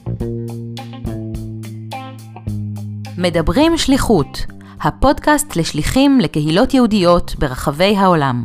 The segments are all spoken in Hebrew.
מדברים שליחות, הפודקאסט לשליחים לקהילות יהודיות ברחבי העולם.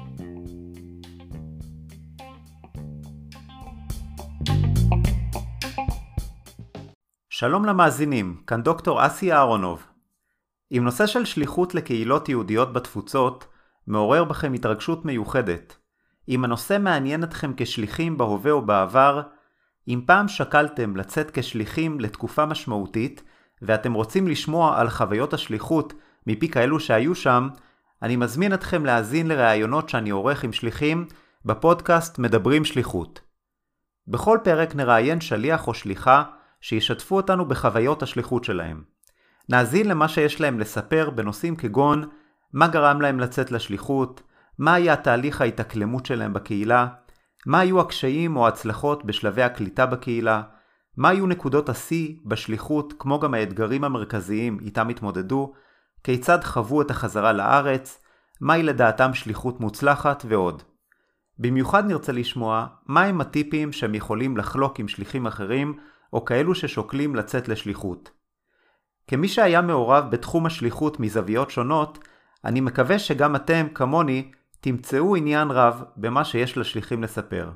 שלום למאזינים, כאן דוקטור אסי אהרונוב. עם נושא של שליחות לקהילות יהודיות בתפוצות, מעורר בכם התרגשות מיוחדת. אם הנושא מעניין אתכם כשליחים בהווה או בעבר, אם פעם שקלתם לצאת כשליחים לתקופה משמעותית, ואתם רוצים לשמוע על חוויות השליחות מפי כאלו שהיו שם, אני מזמין אתכם להאזין לראיונות שאני עורך עם שליחים בפודקאסט מדברים שליחות. בכל פרק נראיין שליח או שליחה שישתפו אותנו בחוויות השליחות שלהם. נאזין למה שיש להם לספר בנושאים כגון מה גרם להם לצאת לשליחות, מה היה תהליך ההתאקלמות שלהם בקהילה, מה היו הקשיים או הצלחות בשלבי הקליטה בקהילה, מה היו נקודות השיא בשליחות כמו גם האתגרים המרכזיים איתם התמודדו, כיצד חוו את החזרה לארץ, מהי לדעתם שליחות מוצלחת ועוד. במיוחד נרצה לשמוע מהם הטיפים שהם יכולים לחלוק עם שליחים אחרים או כאלו ששוקלים לצאת לשליחות. כמי שהיה מעורב בתחום השליחות מזוויות שונות, אני מקווה שגם אתם, כמוני, תמצאו עניין רב במה שיש לשליחים לספר.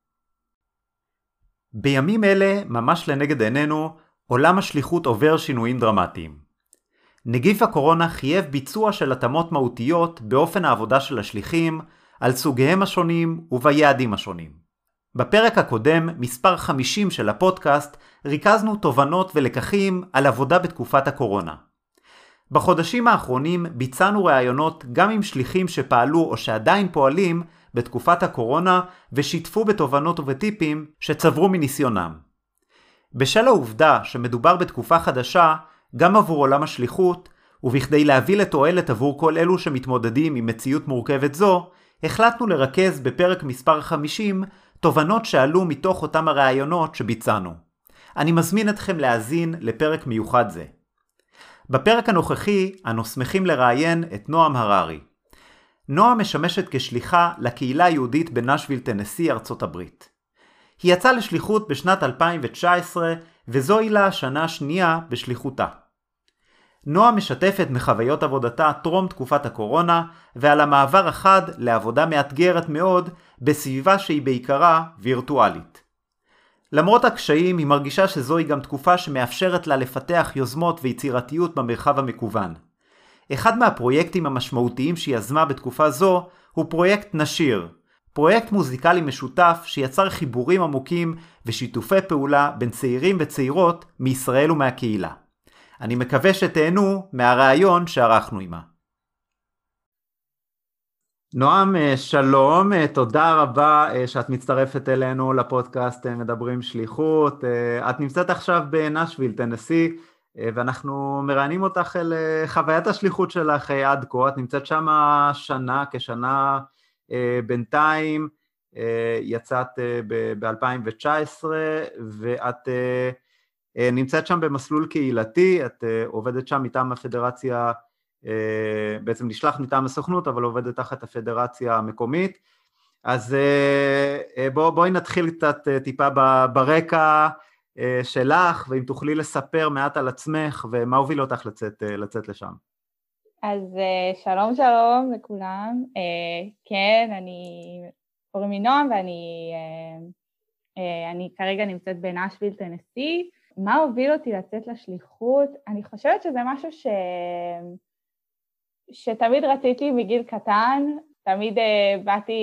בימים אלה, ממש לנגד עינינו, עולם השליחות עובר שינויים דרמטיים. נגיף הקורונה חייב ביצוע של התאמות מהותיות באופן העבודה של השליחים, על סוגיהם השונים וביעדים השונים. בפרק הקודם, מספר 50 של הפודקאסט, ריכזנו תובנות ולקחים על עבודה בתקופת הקורונה. בחודשים האחרונים ביצענו ראיונות גם עם שליחים שפעלו או שעדיין פועלים בתקופת הקורונה ושיתפו בתובנות ובטיפים שצברו מניסיונם. בשל העובדה שמדובר בתקופה חדשה, גם עבור עולם השליחות, ובכדי להביא לתועלת עבור כל אלו שמתמודדים עם מציאות מורכבת זו, החלטנו לרכז בפרק מספר 50 תובנות שעלו מתוך אותם הראיונות שביצענו. אני מזמין אתכם להאזין לפרק מיוחד זה. בפרק הנוכחי אנו שמחים לראיין את נועם הררי. נועם משמשת כשליחה לקהילה היהודית בנשוויל, טנסי, ארצות הברית. היא יצאה לשליחות בשנת 2019 וזוהי לה השנה השנייה בשליחותה. נועם משתפת מחוויות עבודתה טרום תקופת הקורונה ועל המעבר החד לעבודה מאתגרת מאוד בסביבה שהיא בעיקרה וירטואלית. למרות הקשיים היא מרגישה שזוהי גם תקופה שמאפשרת לה לפתח יוזמות ויצירתיות במרחב המקוון. אחד מהפרויקטים המשמעותיים שהיא יזמה בתקופה זו הוא פרויקט נשיר, פרויקט מוזיקלי משותף שיצר חיבורים עמוקים ושיתופי פעולה בין צעירים וצעירות מישראל ומהקהילה. אני מקווה שתהנו מהרעיון שערכנו עימה. נועם, שלום, תודה רבה שאת מצטרפת אלינו לפודקאסט מדברים שליחות. את נמצאת עכשיו בנשוויל, טנסי, ואנחנו מראיינים אותך אל חוויית השליחות שלך עד כה. את נמצאת שם כשנה בינתיים, יצאת ב-2019, ואת נמצאת שם במסלול קהילתי, את עובדת שם מטעם הפדרציה, בעצם נשלחת מטעם הסוכנות, אבל עובדת תחת הפדרציה המקומית. אז בואי נתחיל קצת טיפה ברקע שלך, ואם תוכלי לספר מעט על עצמך, ומה הוביל אותך לצאת לשם. אז שלום לכולם. כן, קוראים לי נועם, ואני כרגע נמצאת בנשוויל, טנסי. מה הוביל אותי לצאת לשליחות? אני חושבת שזה משהו שתמיד רציתי מגיל קטן, תמיד באתי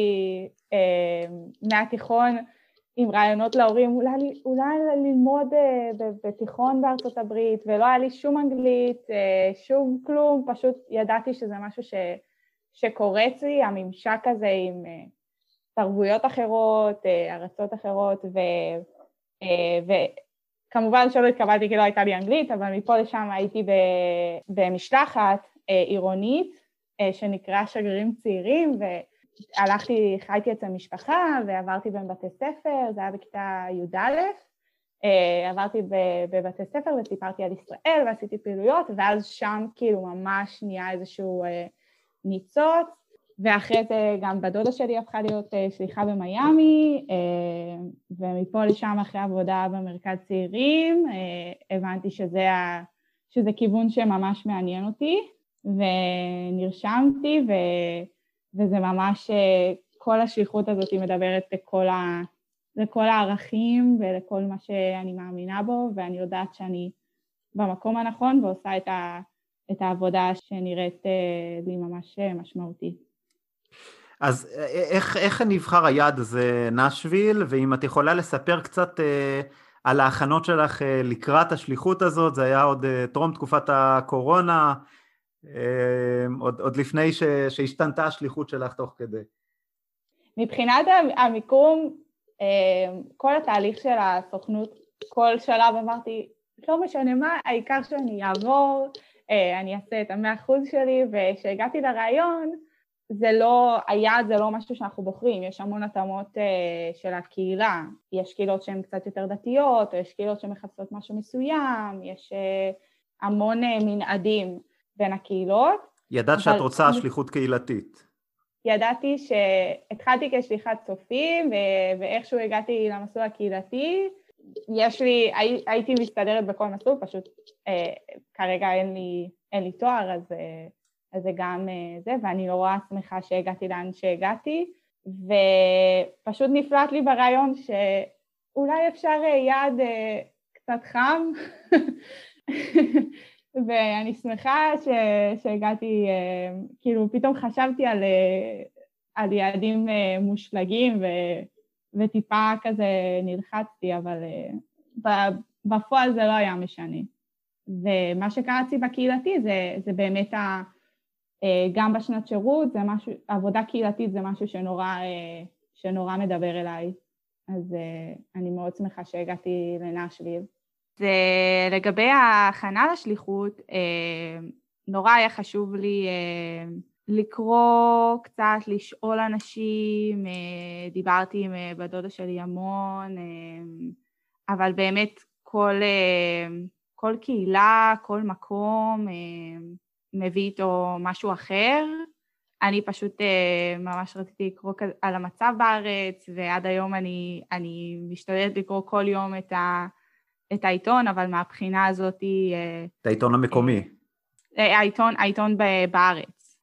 מהתיכון עם רעיונות להורים, אולי ללמוד בתיכון בארצות הברית, ולא היה לי שום אנגלית, שום כלום, פשוט ידעתי שזה משהו שקורץ לי, הממשק הזה עם תרבויות אחרות, ארצות אחרות, וכמובן שלא התקבלתי כי לא הייתה לי אנגלית, אבל מפה לשם הייתי במשלחת עירונית, שנקרא שגרירים צעירים, חייתי אצל משפחה, ועברתי בין בתי ספר, זה היה בכיתה י"א, עברתי בבתי ספר וסיפרתי על ישראל ועשיתי פעילויות, ואז שם כאילו ממש נהיה איזשהו ניצוץ, ואחרי זה גם בדודה שלי הפכה להיות שליחה במיימי, ומפה לשם אחרי עבודה במרכז צעירים, הבנתי שזה כיוון שממש מעניין אותי, ונרשמתי, וזה ממש, כל השליחות הזאת היא מדברת לכל הערכים ולכל מה שאני מאמינה בו, ואני יודעת שאני במקום הנכון ועושה את העבודה שנראית לי ממש משמעותית. אז איך נבחר היעד הזה נשוויל, ואם את יכולה לספר קצת על ההכנות שלך לקראת השליחות הזאת, זה היה עוד טרום תקופת הקורונה, עוד לפני שהשתנתה השליחות שלך תוך כדי. מבחינת המיקום, כל התהליך של הסוכנות, כל שלב אמרתי, לא משנה מה, העיקר שאני אעבור, אני אעשה את 100% שלי, וכשהגעתי לרעיון, היעד זה לא משהו שאנחנו בוחרים, יש המון התאמות של הקהילה, יש קהילות שהן קצת יותר דתיות, או יש קהילות שמחפשות משהו מסוים, יש המון מנעדים בין הקהילות. ידעת שאת רוצה שליחות קהילתית. ידעתי שהתחלתי כשליחת צופים, ואיכשהו הגעתי למסלול הקהילתי, הייתי מסתדרת בכל מסלול, פשוט כרגע אין לי תואר, אז זה גם זה, ואני נורא שמחה שהגעתי לאן שהגעתי, ופשוט נפלט לי ברעיון שאולי אפשר יעד קצת חם, ואני שמחה שהגעתי, כאילו פתאום חשבתי על יעדים מושלגים, וטיפה כזה נלחצתי, אבל בפועל זה לא היה משנה. ומה שקראתי בקהילתי זה באמת גם בשנת שירות, זה משהו, עבודה קהילתית זה משהו שנורא מדבר אליי, אז אני מאוד שמחה שהגעתי לנשוויל. לגבי ההכנה לשליחות, נורא היה חשוב לי לקרוא קצת, לשאול אנשים, דיברתי עם בדודה שלי המון, אבל באמת כל קהילה, כל מקום מביא איתו משהו אחר. אני פשוט ממש רציתי לקרוא על המצב בארץ, ועד היום אני משתדלת לקרוא כל יום את העיתון, אבל מהבחינה הזאת... את העיתון המקומי. העיתון בארץ.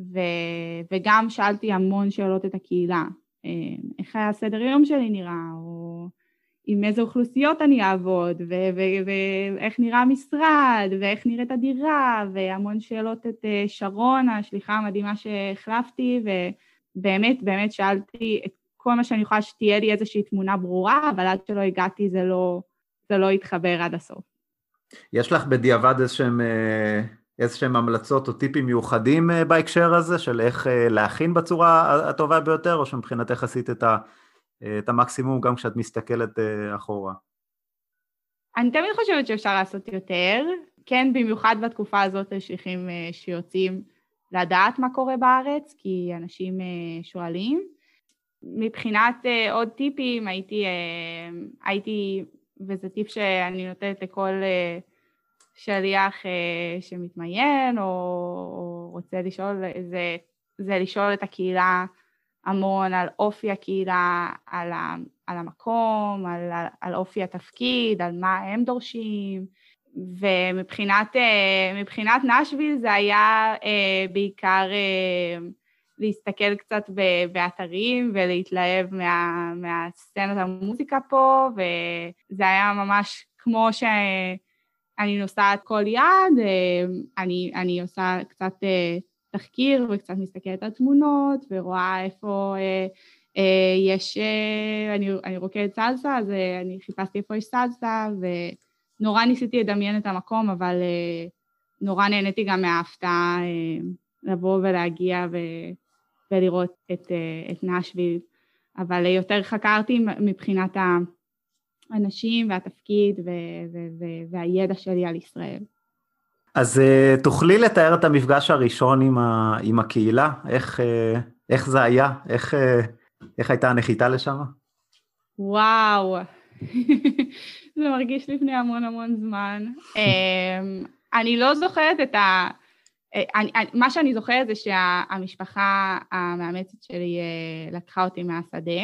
וגם שאלתי המון שאלות את הקהילה. איך הסדר יום שלי נראה, או עם איזה אוכלוסיות אני אעבוד, ואיך נראה המשרד, ואיך נראית הדירה, והמון שאלות את שרון, השליחה המדהימה שהחלפתי, ובאמת, באמת שאלתי את כל מה שאני יכולה שתהיה לי איזושהי תמונה ברורה, אבל עד שלא הגעתי זה לא התחבר עד הסוף. יש לך בדיעבד איזשהם המלצות או טיפים מיוחדים בהקשר הזה, של איך להכין בצורה הטובה ביותר, או שמבחינתך עשית את המקסימום גם כשאת מסתכלת אחורה? אני תמיד חושבת שאפשר לעשות יותר, כן, במיוחד בתקופה הזאת שליחים שיוצאים לדעת מה קורה בארץ, כי אנשים שואלים. מבחינת עוד טיפים, הייתי, וזה טיפ שאני נותנת לכל שליח שמתמיין, או רוצה לשאול, זה לשאול את הקהילה המון על אופי הקהילה, על המקום, על אופי התפקיד, על מה הם דורשים, ומבחינת נשוויל זה היה בעיקר להסתכל קצת באתרים ולהתלהב מהסצנת המוזיקה פה, וזה היה ממש כמו שאני נוסעת כל יעד, אני עושה קצת תחקיר וקצת מסתכלת על תמונות ורואה איפה יש, אני רוקדת סלסה, אז אני חיפשתי איפה יש סלסה, ונורא ניסיתי לדמיין את המקום, אבל נורא נהניתי גם מההפתעה לבוא ולהגיע ולראות את נשוויל, אבל יותר חקרתי מבחינת האנשים והתפקיד והידע שלי על ישראל. אז תוכלי לתאר את המפגש הראשון עם הקהילה? איך זה היה? איך הייתה הנחיתה לשם? וואו, זה מרגיש לפני המון זמן. אני לא זוכרת מה שאני זוכרת זה שהמשפחה המאמצת שלי לקחה אותי מהשדה,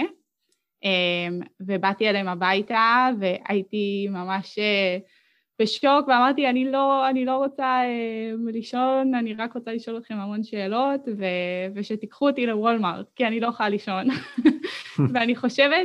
ובאתי אליהם הביתה, והייתי ממש בשוק, ואמרתי, אני לא רוצה לישון, אני רק רוצה לשאול אתכם המון שאלות, ושתיקחו אותי לוולמארט, כי אני לא יכולה לישון. ואני חושבת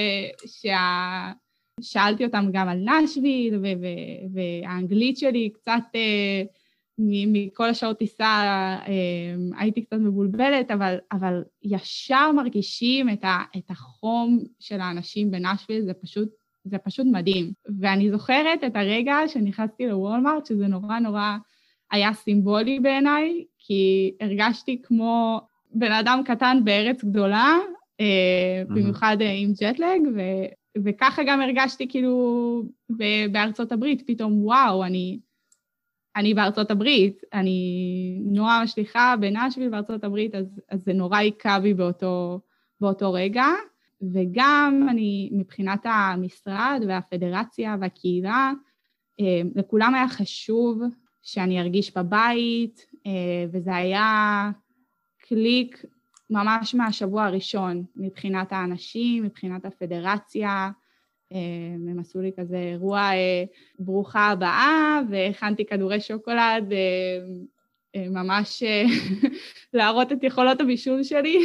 שאלתי אותם גם על נשוויל, והאנגלית שלי קצת, מכל השעות טיסה, הייתי קצת מבולבלת, אבל ישר מרגישים את החום של האנשים בנשוויל, זה פשוט מדהים. ואני זוכרת את הרגע שנכנסתי לוולמארט, שזה נורא נורא היה סימבולי בעיניי, כי הרגשתי כמו בן אדם קטן בארץ גדולה, במיוחד עם ג'טלג, וככה גם הרגשתי כאילו בארצות הברית, פתאום וואו, אני בארצות הברית, אני נועה משליחה בנשוויל בארצות הברית, אז זה נורא עיקה בי באותו רגע, וגם אני מבחינת המשרד והפדרציה והקהילה, לכולם היה חשוב שאני ארגיש בבית, וזה היה קליק ממש מהשבוע הראשון, מבחינת האנשים, מבחינת הפדרציה, הם עשו לי כזה אירוע ברוכה הבאה, והכנתי כדורי שוקולד, ממש להראות את יכולות הבישול שלי,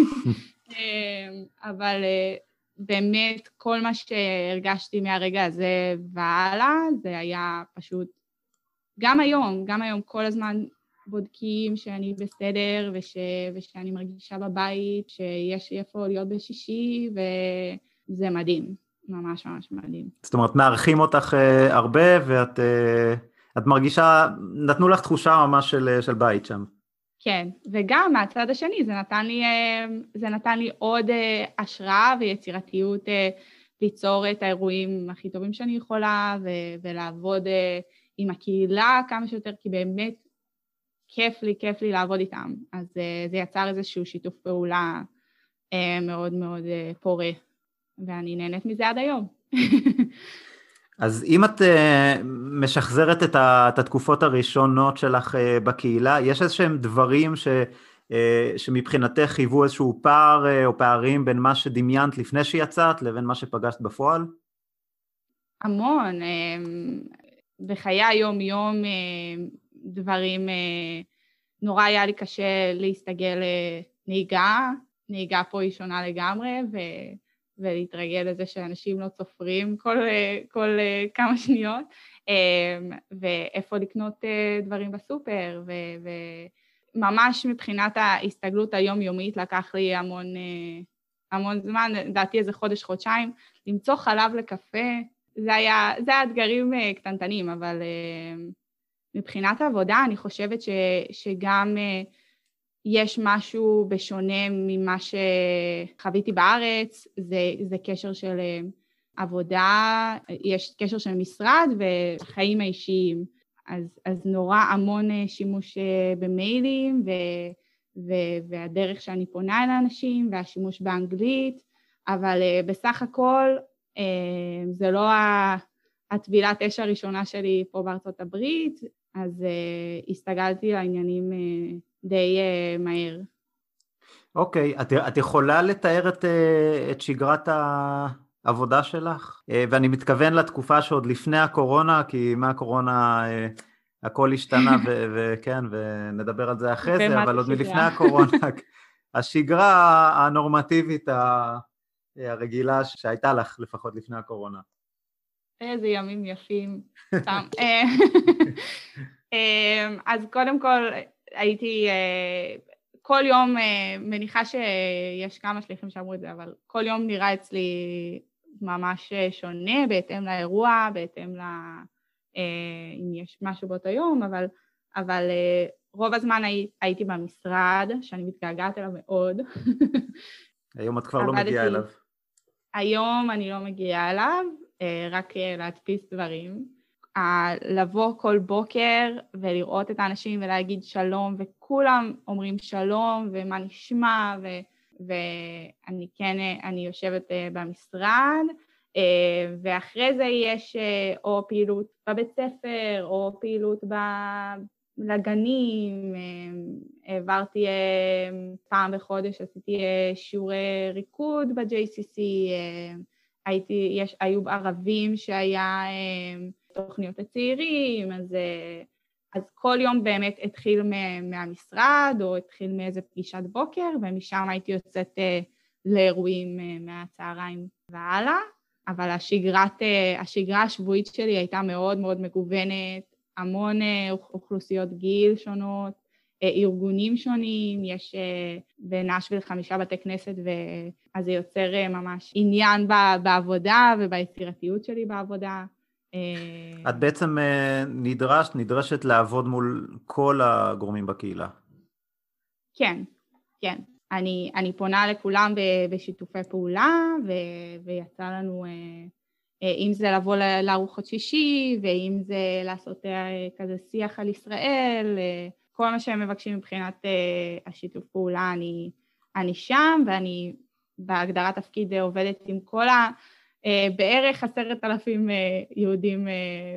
אבל באמת כל מה שהרגשתי מהרגע הזה והלאה, זה היה פשוט, גם היום כל הזמן בודקים שאני בסדר, ושאני מרגישה בבית, שיש לי איפה להיות בשישי, וזה מדהים. ממש ממש מדהים. זאת אומרת, מארחים אותך הרבה, ואת מרגישה, נתנו לך תחושה ממש של בית שם. כן, וגם מהצד השני, זה נתן לי עוד השראה ויצירתיות ליצור את האירועים הכי טובים שאני יכולה, ולעבוד עם הקהילה כמה שיותר, כי באמת כיף לי לעבוד איתם. אז זה יצר איזשהו שיתוף פעולה מאוד מאוד פורה. ואני נהנית מזה עד היום. אז אם את משחזרת את התקופות הראשונות שלך בקהילה, יש איזשהם דברים שמבחינתך היוו איזשהו פער או פערים בין מה שדמיינת לפני שיצאת לבין מה שפגשת בפועל? המון. בחיי היום-יום דברים, נורא היה לי קשה להסתגל נהיגה פה היא שונה לגמרי, ולהתרגל לזה שאנשים לא צופרים כל כמה שניות, ואיפה לקנות דברים בסופר, וממש מבחינת ההסתגלות היומיומית לקח לי המון זמן, דעתי איזה חודש-חודשיים, למצוא חלב לקפה, זה היה אתגרים קטנטנים, אבל מבחינת העבודה אני חושבת שגם יש משהו בשונה ממה שחוויתי בארץ, זה קשר של עבודה, יש קשר של משרד וחיים האישיים, אז נורא המון שימוש במיילים, והדרך שאני פונה אל האנשים, והשימוש באנגלית, אבל בסך הכל זה לא הטבילת אש הראשונה שלי פה בארצות הברית, אז הסתגלתי לעניינים די מהר. אוקיי, את יכולה לתאר את שגרת העבודה שלך? ואני מתכוון לתקופה שעוד לפני הקורונה, כי מהקורונה הכל השתנה, וכן, ונדבר על זה אחרי זה, אבל עוד מלפני הקורונה, השגרה הנורמטיבית הרגילה שהייתה לך, לפחות לפני הקורונה. איזה ימים יפים. אז קודם כל, הייתי כל יום, מניחה שיש כמה שליחים שאמרו את זה, אבל כל יום נראה אצלי ממש שונה, בהתאם לאירוע, בהתאם אם יש משהו באותו יום, אבל רוב הזמן הייתי במשרד, שאני מתגעגעת אליו מאוד. היום את כבר לא מגיעה אליו. היום אני לא מגיעה אליו, רק להדפיס דברים. לבוא כל בוקר ולראות את האנשים ולהגיד שלום, וכולם אומרים שלום ומה נשמע, ואני כן, אני יושבת במשרד, ואחרי זה יש או פעילות בבית ספר, או פעילות לגנים, העברתי פעם בחודש, עשיתי שיעורי ריקוד ב-JCC, היו ערבים שהיה תוכניות לצעירים, אז כל יום באמת התחיל מהמשרד, או התחיל מאיזה פגישת בוקר, ומשם הייתי יוצאת לאירועים מהצהריים והלאה, אבל השגרה השבועית שלי הייתה מאוד מאוד מגוונת, המון אוכלוסיות גיל שונות, ארגונים שונים, יש בנשוויל 5 בתי כנסת, אז זה יוצר ממש עניין בעבודה וביצירתיות שלי בעבודה. את בעצם נדרשת לעבוד מול כל הגורמים בקהילה. כן, כן. אני פונה לכולם בשיתופי פעולה, ויצא לנו, אם זה לבוא לארוחות שישי, ואם זה לעשות כזה שיח על ישראל, כל מה שהם מבקשים מבחינת השיתוף פעולה, אני שם, ואני בהגדרת תפקיד עובדת עם כל בערך 10,000 יהודים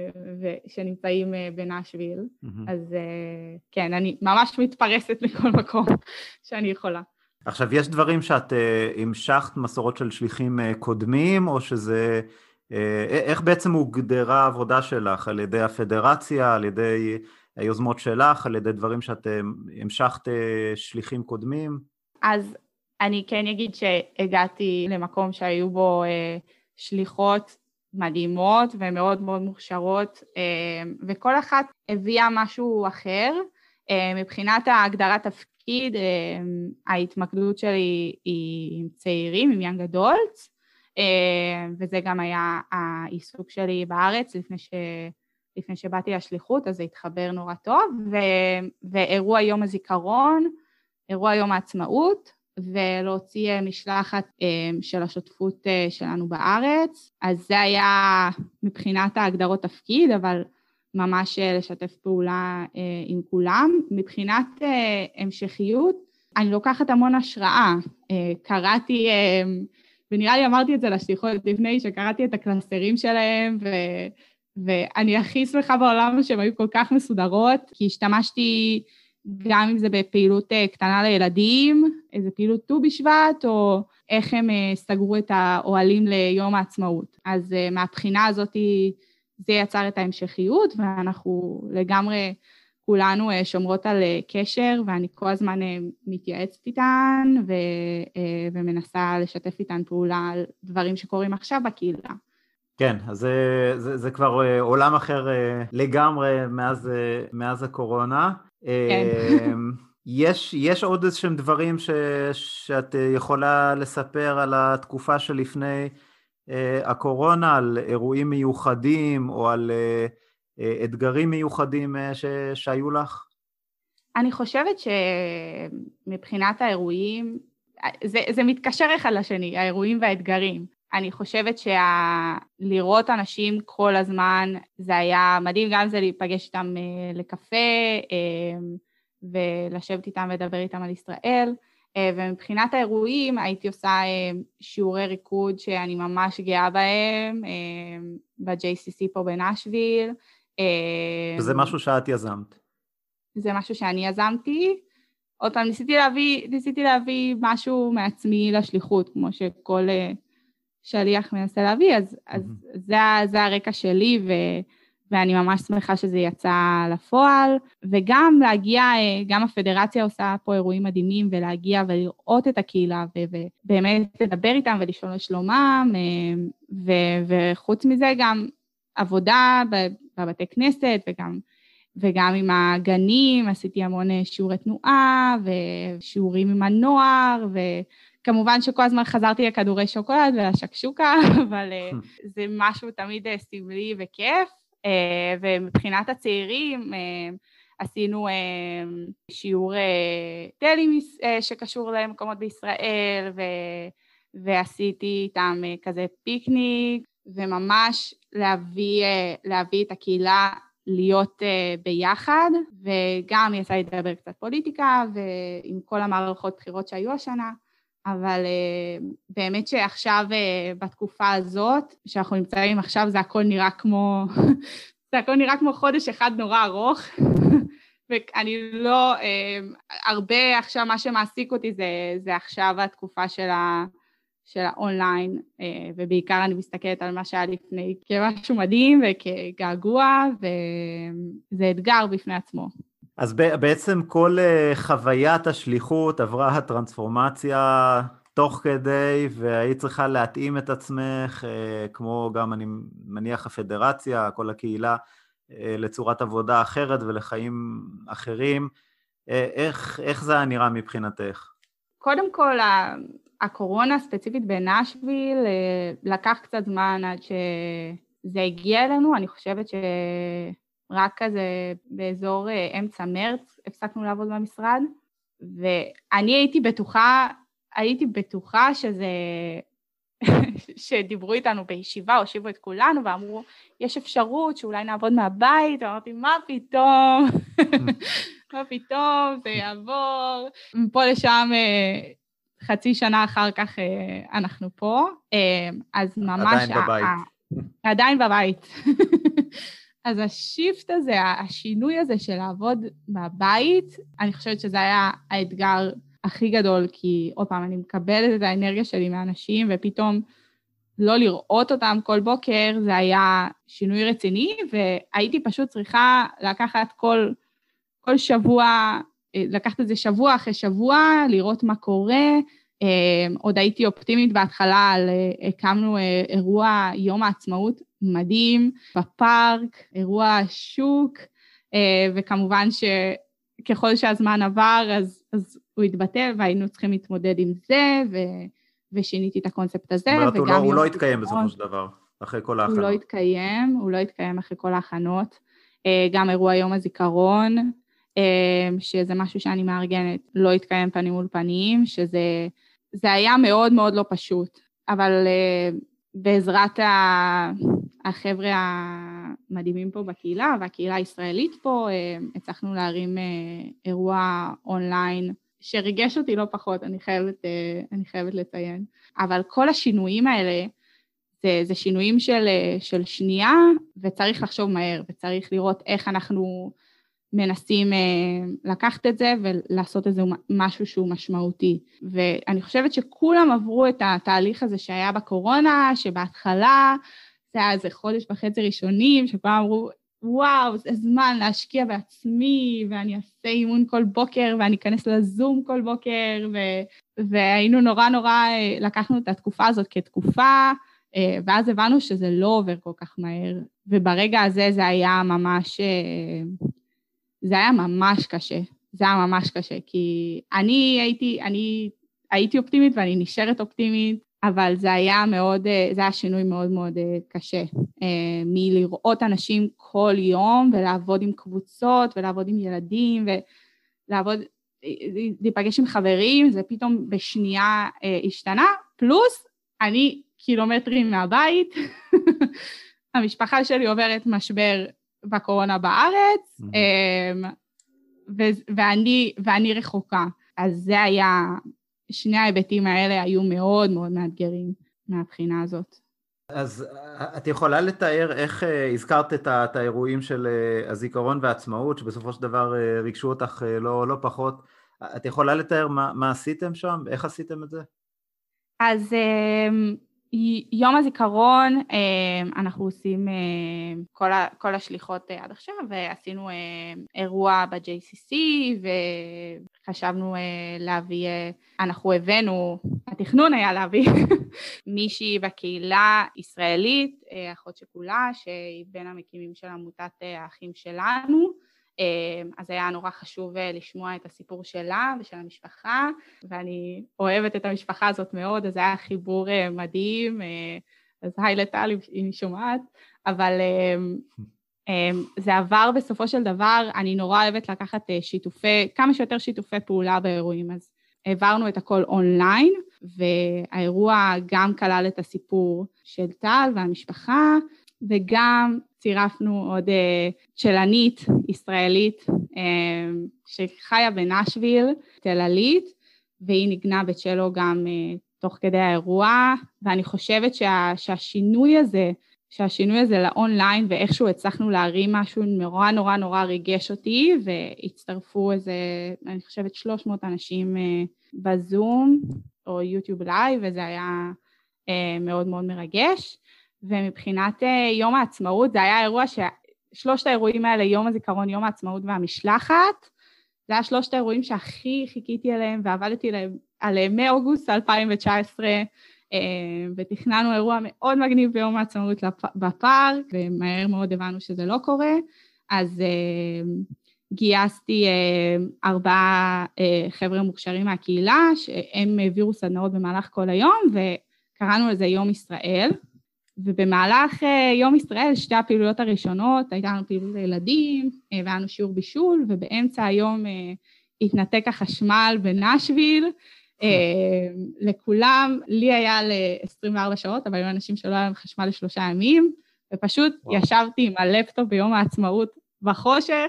שנמצאים בנשוויל, אז כן, אני ממש מתפרסת לכל מקום שאני יכולה. עכשיו, יש דברים שאת המשכת מסורות של שליחים קודמים, או שזה, איך בעצם הוגדרה העבודה שלך? על ידי הפדרציה, על ידי היוזמות שלך, על ידי דברים שאת המשכת שליחים קודמים? אז אני כן אגיד שהגעתי למקום שהיו בו שליחות מדהימות ומאוד מאוד מוכשרות, וכל אחת הביאה משהו אחר. מבחינת ההגדרת תפקיד, ההתמקדות שלי היא עם צעירים, עם young adults, וזה גם היה העיסוק שלי בארץ לפני שבאתי לשליחות, אז זה התחבר נורא טוב, ואירוע יום הזיכרון, אירוע יום העצמאות, ולהוציא משלחת של השותפות שלנו בארץ, אז זה היה מבחינת ההגדרות תפקיד, אבל ממש לשתף פעולה עם כולם. מבחינת המשכיות, אני לוקחת המון השראה, קראתי, ונראה לי אמרתי את זה לשליחות לפני, שקראתי את הקלסרים שלהם, ואני הכי שמחה בעולם שהם היו כל כך מסודרות, כי השתמשתי גם אם זה בפעילות קטנה לילדים, איזה פעילות ט"ו בשבט, או איך הם סגרו את האוהלים ליום העצמאות. אז מהבחינה הזאת זה יצר את ההמשכיות, ואנחנו לגמרי כולנו שומרות על קשר, ואני כל הזמן מתייעצת איתן, ומנסה לשתף איתן פעולה על דברים שקורים עכשיו בקהילה. כן, אז זה כבר עולם אחר לגמרי מאז הקורונה. כן. יש עוד איזשהם דברים שאת יכולה לספר על התקופה שלפני הקורונה, על אירועים מיוחדים או על אתגרים מיוחדים שהיו לך? אני חושבת שמבחינת האירועים, זה מתקשר אחד לשני, האירועים והאתגרים. אני חושבת לראות אנשים כל הזמן, זה היה מדהים, גם זה להיפגש איתם לקפה, ולשבת איתם ולדבר איתם על ישראל, ומבחינת האירועים הייתי עושה שיעורי ריקוד שאני ממש גאה בהם, ב-JCC פה בנשוויל. וזה משהו שאת יזמת? זה משהו שאני יזמתי. עוד פעם, ניסיתי להביא משהו מעצמי לשליחות, כמו שכל שליח מנסה להביא, אז זה הרקע שלי, ואני ממש שמחה שזה יצא לפועל, וגם להגיע, גם הפדרציה עושה פה אירועים מדהימים, ולהגיע ולראות את הקהילה, ובאמת לדבר איתם ולשאול לשלומם, וחוץ מזה גם עבודה בבתי כנסת, וגם עם הגנים, עשיתי המון שיעורי תנועה, ושיעורים עם הנוער, וכמובן שכל הזמן חזרתי לכדורי שוקולד ולשקשוקה, אבל זה משהו תמיד סמלי וכיף. ומבחינת הצעירים, עשינו שיעור טלי שקשור למקומות בישראל, ועשיתי איתם כזה פיקניק, וממש להביא את הקהילה להיות ביחד, וגם יצא לי לדבר קצת פוליטיקה, ועם כל המערכות בחירות שהיו השנה, אבל באמת שעכשיו בתקופה הזאת, שאנחנו נמצאים עכשיו, זה הכל נראה כמו חודש אחד נורא ארוך, ואני לא, הרבה עכשיו מה שמעסיק אותי זה עכשיו התקופה של האונליין, ובעיקר אני מסתכלת על מה שהיה לפני כמשהו מדהים וכגעגוע, וזה אתגר בפני עצמו. אז בעצם כל חוויית השליחות עברה הטרנספורמציה תוך כדי, והיית צריכה להתאים את עצמך, כמו גם אני מניח הפדרציה, כל הקהילה, לצורת עבודה אחרת ולחיים אחרים. איך זה היה נראה מבחינתך? קודם כל, הקורונה ספציפית בנשוויל, לקח קצת זמן עד שזה הגיע אלינו. אני חושבת שרק כזה באזור אמצע מרץ הפסקנו לעבוד במשרד, ואני הייתי בטוחה שזה, שדיברו איתנו בישיבה, הושיבו את כולנו ואמרו, יש אפשרות שאולי נעבוד מהבית, ואמרתי, מה פתאום? מה פתאום, זה יעבור. מפה לשם, חצי שנה אחר כך אנחנו פה, אז ממש... עדיין בבית. עדיין בבית. אז השיפט הזה, השינוי הזה של לעבוד מהבית, אני חושבת שזה היה האתגר הכי גדול, כי עוד פעם אני מקבלת את האנרגיה שלי מאנשים, ופתאום לא לראות אותם כל בוקר, זה היה שינוי רציני, והייתי פשוט צריכה לקחת כל שבוע, לקחת את זה שבוע אחרי שבוע, לראות מה קורה. עוד הייתי אופטימית בהתחלה, הקמנו אירוע יום העצמאות מדהים בפארק, אירוע שוק, וכמובן שככל שהזמן עבר, אז הוא התבטל, והיינו צריכים להתמודד עם זה, ושיניתי את הקונספט הזה. זאת אומרת, הוא לא התקיים בסופו של דבר, אחרי כל ההכנות. הוא לא התקיים אחרי כל ההכנות. גם אירוע יום הזיכרון, שזה משהו שאני מארגנת, לא התקיים פנים מול פנים, שזה היה מאוד מאוד לא פשוט, אבל בעזרת החבר'ה המדהימים פה בקהילה, והקהילה הישראלית פה, הצלחנו להרים אירוע אונליין, שריגש אותי לא פחות, אני חייבת לציין. אבל כל השינויים האלה, זה שינויים של שנייה, וצריך לחשוב מהר, וצריך לראות איך אנחנו מנסים לקחת את זה, ולעשות איזה משהו שהוא משמעותי. ואני חושבת שכולם עברו את התהליך הזה שהיה בקורונה, שבהתחלה, זה היה איזה חודש וחצי ראשונים, שפעם אמרו, וואו, זה זמן להשקיע בעצמי, ואני אעשה אימון כל בוקר, ואני אכנס לזום כל בוקר, והיינו נורא לקחנו את התקופה הזאת כתקופה, ואז הבנו שזה לא עובר כל כך מהר, וברגע הזה זה היה ממש קשה, כי אני הייתי אופטימית, ואני נשארת אופטימית, אבל זה היה שינוי מאוד מאוד קשה, מלראות אנשים כל יום, ולעבוד עם קבוצות, ולעבוד עם ילדים, להיפגש עם חברים, זה פתאום בשנייה השתנה, פלוס אני קילומטרים מהבית, המשפחה שלי עוברת משבר בקורונה בארץ, ואני רחוקה, אז זה היה, שני ההיבטים האלה היו מאוד מאוד מאתגרים מהבחינה הזאת. אז את יכולה לתאר איך הזכרת את האירועים של הזיכרון והעצמאות, שבסופו של דבר ריגשו אותך לא פחות, את יכולה לתאר מה עשיתם שם? איך עשיתם את זה? אז יום הזיכרון, אנחנו עושים כל השליחות עד עכשיו, ועשינו אירוע ב-JCC, וחשבנו להביא, התכנון היה להביא מישהי בקהילה ישראלית, אחות שכולה, שהיא בין המקימים של עמותת האחים שלנו, אז היה נורא חשוב לשמוע את הסיפור שלה ושל המשפחה, ואני אוהבת את המשפחה הזאת מאוד, אז היה חיבור מדהים, אז היי לטל אם שומעת, אבל זה עבר בסופו של דבר, אני נורא אוהבת לקחת כמה שיותר שיתופי פעולה באירועים, אז העברנו את הכל אונליין, והאירוע גם כלל את הסיפור של טל והמשפחה, וגם צירפנו עוד צ'לנית ישראלית שחיה בנשוויל, תל-אלית, והיא ניגנה בצ'לו גם תוך כדי האירוע, ואני חושבת שהשינוי הזה שהשינוי הזה לאונליין, ואיכשהו הצלחנו להרים משהו נורא נורא נורא ריגש אותי, והצטרפו איזה, אני חושבת 300 אנשים בזום, או יוטיוב לייב, וזה היה מאוד מאוד מרגש. ומבחינת יום העצמאות, זה היה אירוע שלושת האירועים האלה, יום הזיכרון, יום העצמאות והמשלחת, זה היה שלושת האירועים שהכי חיכיתי עליהם, ועבדתי עליהם מאוגוסט 2019, ותכננו אירוע מאוד מגניב ביום העצמאות בפארק, ומהר מאוד הבנו שזה לא קורה, אז גייסתי 4 חבר'ה מוכשרים מהקהילה, שהם העבירו סדנאות במהלך כל היום, וקראנו לזה יום ישראל, ובמהלך יום ישראל, 2 הפעילויות הראשונות, הייתה לנו פעילות לילדים, והיה לנו שיעור בישול, ובאמצע היום התנתק החשמל בנשוויל, לכולם, לי היה ל-24 שעות, אבל היו אנשים שלא היה להם חשמל ל3 ימים, ופשוט ישבתי עם הלפטופ ביום העצמאות בחושך,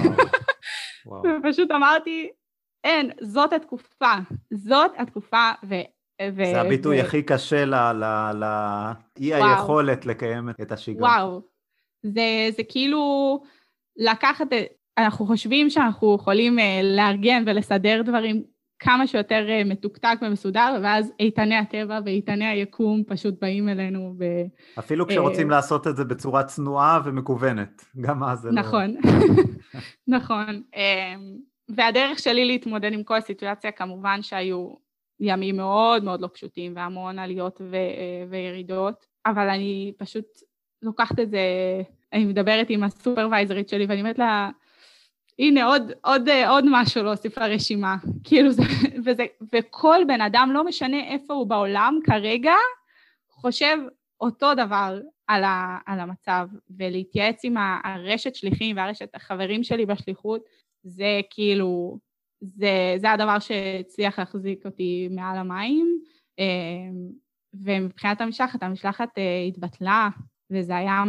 ופשוט אמרתי, אין, זאת התקופה, זה הביטוי הכי קשה לאי היכולת לקיים את השגרה. וואו, זה כאילו לקחת, אנחנו חושבים שאנחנו יכולים לארגן ולסדר דברים כמה שיותר מתוקתק ומסודר, ואז איתני הטבע ואיתני היקום פשוט באים אלינו. אפילו כשרוצים לעשות את זה בצורה צנועה ומקוונת, גם אז זה לא... נכון, נכון. והדרך שלי להתמודד עם כל הסיטואציה, כמובן שהיו ימים מאוד מאוד לא פשוטים, והמון עליות וירידות, אבל אני פשוט לוקחת את זה, אני מדברת עם הסופרוויזרית שלי, ואני אומרת לה, הנה עוד משהו להוסיף לרשימה, כאילו וכל בן אדם, לא משנה איפה הוא בעולם כרגע, חושב אותו דבר על המצב, ולהתייעץ עם הרשת שליחים, והרשת החברים שלי בשליחות, זה כאילו, זה הדבר שהצליח להחזיק אותי מעל המים, ומבחינת המשלחת התבטלה, וזה היה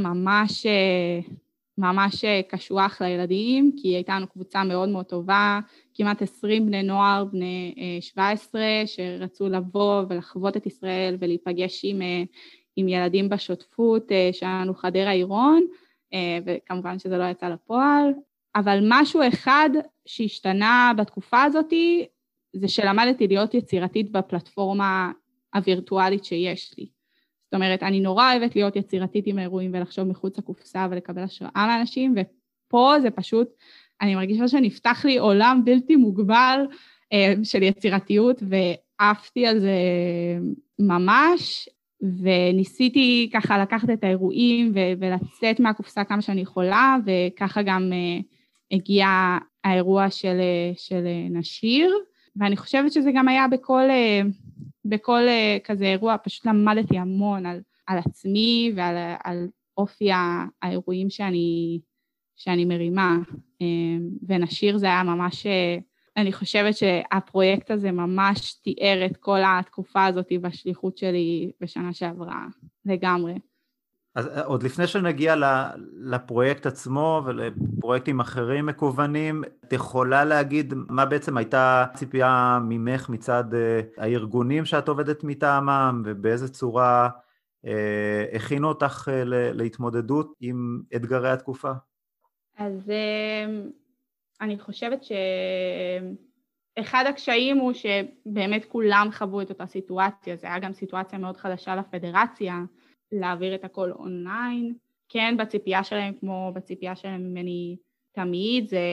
ממש קשוח לילדים, כי הייתה לנו קבוצה מאוד מאוד טובה, כמעט 20 בני נוער, בני 17, שרצו לבוא ולחוות את ישראל, ולהיפגש עם ילדים בשותפות שלנו חדרה עירון, וכמובן שזה לא יצא לפועל, אבל משהו אחד שהשתנה בתקופה הזאת, זה שלמדתי להיות יצירתית בפלטפורמה הווירטואלית שיש לי. זאת אומרת, אני נורא אוהבת להיות יצירתית עם האירועים, ולחשוב מחוץ לקופסה ולקבל השראה לאנשים, ופה זה פשוט, אני מרגישה שנפתח לי עולם בלתי מוגבל של יצירתיות, ועפתי על זה ממש, וניסיתי ככה לקחת את האירועים, ולצאת מהקופסה כמה שאני יכולה, וככה גם הגיע האירוע של נשיר, ואני חושבת שזה גם היה בכל כזה אירוע, פשוט למדתי המון על עצמי ועל אופי האירועים שאני מרימה, ונשיר זה היה ממש, אני חושבת שהפרויקט הזה ממש תיאר את כל התקופה הזאת בשליחות שלי בשנה שעברה, לגמרי. אז עוד לפני שנגיע לפרויקט עצמו ולפרויקטים אחרים מקוונים, את יכולה להגיד מה בעצם הייתה ציפייה ממך מצד הארגונים שאת עובדת מטעמם, ובאיזה צורה הכינו אותך להתמודדות עם אתגרי התקופה? אז אני חושבת שאחד הקשיים הוא שבאמת כולם חוו את אותה סיטואציה, זה היה גם סיטואציה מאוד חדשה לפדרציה, להעביר את הכל אונליין, כן בציפייה שלהם כמו בציפייה שלהם ממני תמיד, זה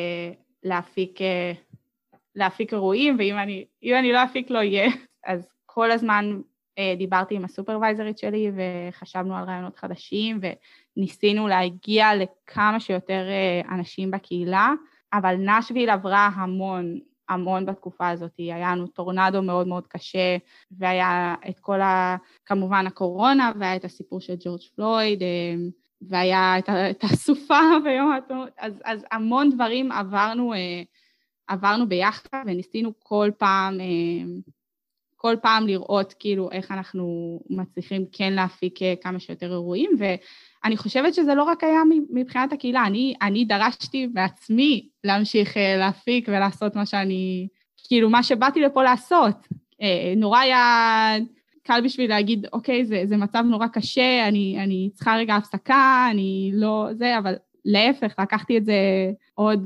להפיק אירועים, ואם אני לא אפיק לא יהיה, אז כל הזמן דיברתי עם הסופרוויזרית שלי, וחשבנו על רעיונות חדשים, וניסינו להגיע לכמה שיותר אנשים בקהילה, אבל נשוויל עברה המון בתקופה הזאת, היה לנו טורנדו מאוד מאוד קשה, והיה את כל כמובן הקורונה, והיה את הסיפור של ג'ורג' פלויד, והיה את הסופה ביום העצמאות, אז המון דברים עברנו ביחד, וניסינו כל פעם לראות כאילו איך אנחנו מצליחים כן להפיק כמה שיותר אירועים, ואני חושבת שזה לא רק היה מבחינת הקהילה, אני דרשתי בעצמי להמשיך להפיק ולעשות מה שבאתי לפה לעשות. נורא היה קל בשביל להגיד, אוקיי, זה מצב נורא קשה, אני צריכה רגע הפסקה, אני לא זה, אבל להפך, לקחתי את זה עוד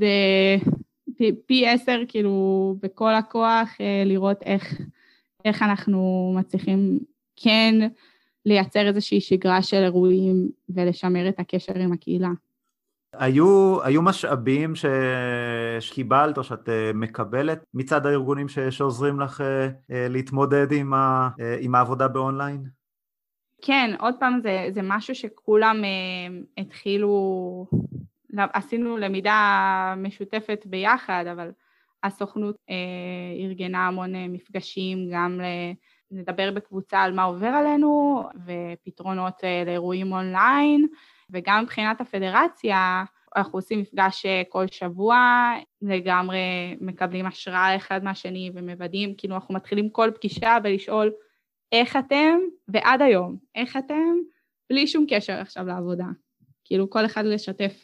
פי 10, כאילו, בכל הכוח, לראות איך אנחנו מצליחים כן לייצר איזושהי שגרה של אירועים ולשמר את הקשר עם הקהילה. היו משאבים שקיבלת או שאת מקבלת מצד הארגונים שעוזרים לך להתמודד עם העבודה באונליין? כן, עוד פעם זה משהו שכולם התחילו, עשינו למידה משותפת ביחד, אבל הסוכנות ארגנה המון מפגשים, גם לדבר בקבוצה על מה עובר עלינו, ופתרונות לאירועים אונליין, וגם מבחינת הפדרציה, אנחנו עושים מפגש כל שבוע, לגמרי מקבלים השראה אחד מהשני ומוודאים, כאילו אנחנו מתחילים כל פגישה ולשאול איך אתם, ועד היום, איך אתם, בלי שום קשר עכשיו לעבודה. כאילו כל אחד לשתף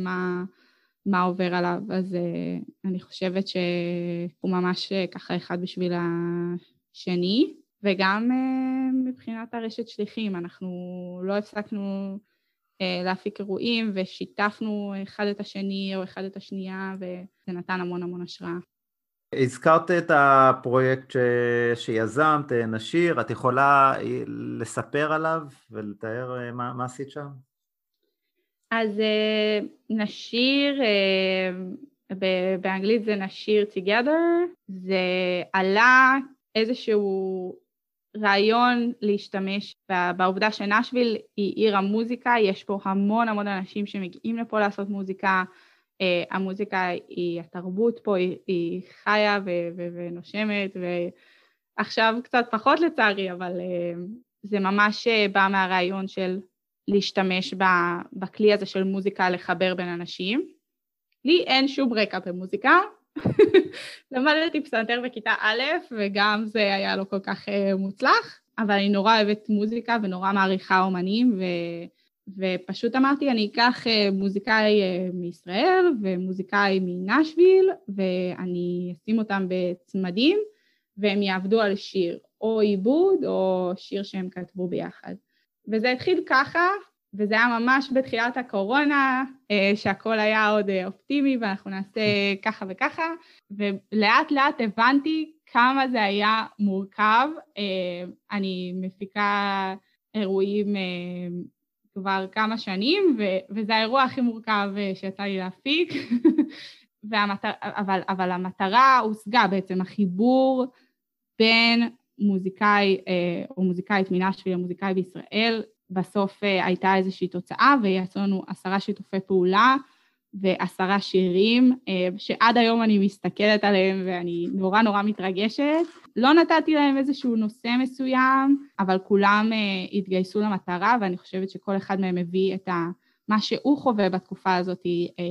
מה עובר עליו, אז אני חושבת שהוא ממש ככה אחד בשביל השני, וגם מבחינת הרשת שליחים, אנחנו לא הפסקנו להפיק אירועים ושיתפנו אחד את השני או אחד את השנייה, וזה נתן המון המון השראה. הזכרת את הפרויקט שיזמת, נשיר, את יכולה לספר עליו ולתאר מה עשית שם? אז נשיר, באנגלית זה נשיר together, זה עלה איזשהו רעיון להשתמש בעובדה שנשוויל היא עיר המוזיקה, יש פה המון המון אנשים שמגיעים לפה לעשות מוזיקה, המוזיקה היא התרבות פה, היא חיה ונושמת, ועכשיו קצת פחות לצערי, אבל זה ממש בא מהרעיון של להשתמש בכלי הזה של מוזיקה לחבר בין אנשים. לי אין שום רקע במוזיקה, למדתי פסנתר בכיתה א', וגם זה היה לא כל כך מוצלח, אבל אני נורא אוהבת מוזיקה ונורא מעריכה אומנים, ופשוט אמרתי, אני אקח מוזיקאי מישראל ומוזיקאי מנשוויל, ואני אשים אותם בצמדים, והם יעבדו על שיר, או עיבוד או שיר שהם כתבו ביחד. וזה התחיל ככה, וזה היה ממש בתחילת הקורונה, שהכל היה עוד אופטימי, ואנחנו נעשה ככה וככה, ולאט לאט הבנתי כמה זה היה מורכב. אני מפיקה אירועים כבר כמה שנים, וזה האירוע הכי מורכב שיצא לי להפיק, אבל המטרה הושגה בעצם, החיבור בין מוזיקאי או מוזיקאית מנשוויל למוזיקאי בישראל, בסוף הייתה איזושהי תוצאה, ויצאו לנו 10 שיתופי פעולה, ו10 שירים, שעד היום אני מסתכלת עליהם, ואני נורא נורא מתרגשת. לא נתתי להם איזשהו נושא מסוים, אבל כולם התגייסו למטרה, ואני חושבת שכל אחד מהם הביא את מה שהוא חווה בתקופה הזאת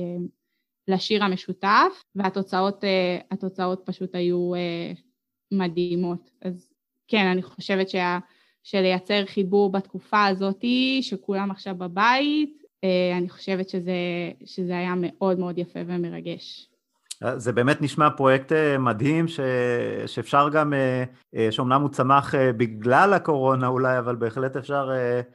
לשיר המשותף, והתוצאות פשוט היו מדהימות. אז כן, אני חושבת שלייצר חיבור בתקופה הזאת, שכולם עכשיו בבית, אני חושבת שזה היה מאוד מאוד יפה ומרגש. זה באמת נשמע פרויקט מדהים, שאפשר גם, שאומנם הוא צמח בגלל הקורונה אולי, אבל בהחלט אפשר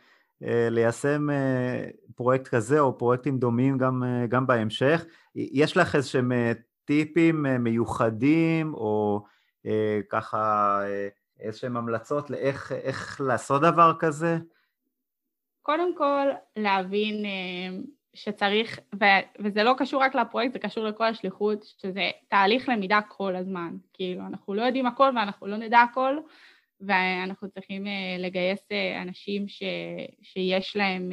ליישם פרויקט כזה, או פרויקטים דומים גם בהמשך. יש לך איזשהם טיפים מיוחדים, או ככה איזשהם המלצות לאיך לעשות דבר כזה? קודם כל, להבין שצריך, וזה לא קשור רק לפרויקט, זה קשור לכל השליחות, שזה תהליך למידה כל הזמן. כאילו, אנחנו לא יודעים הכל ואנחנו לא נדע הכל, ואנחנו צריכים לגייס אנשים שיש להם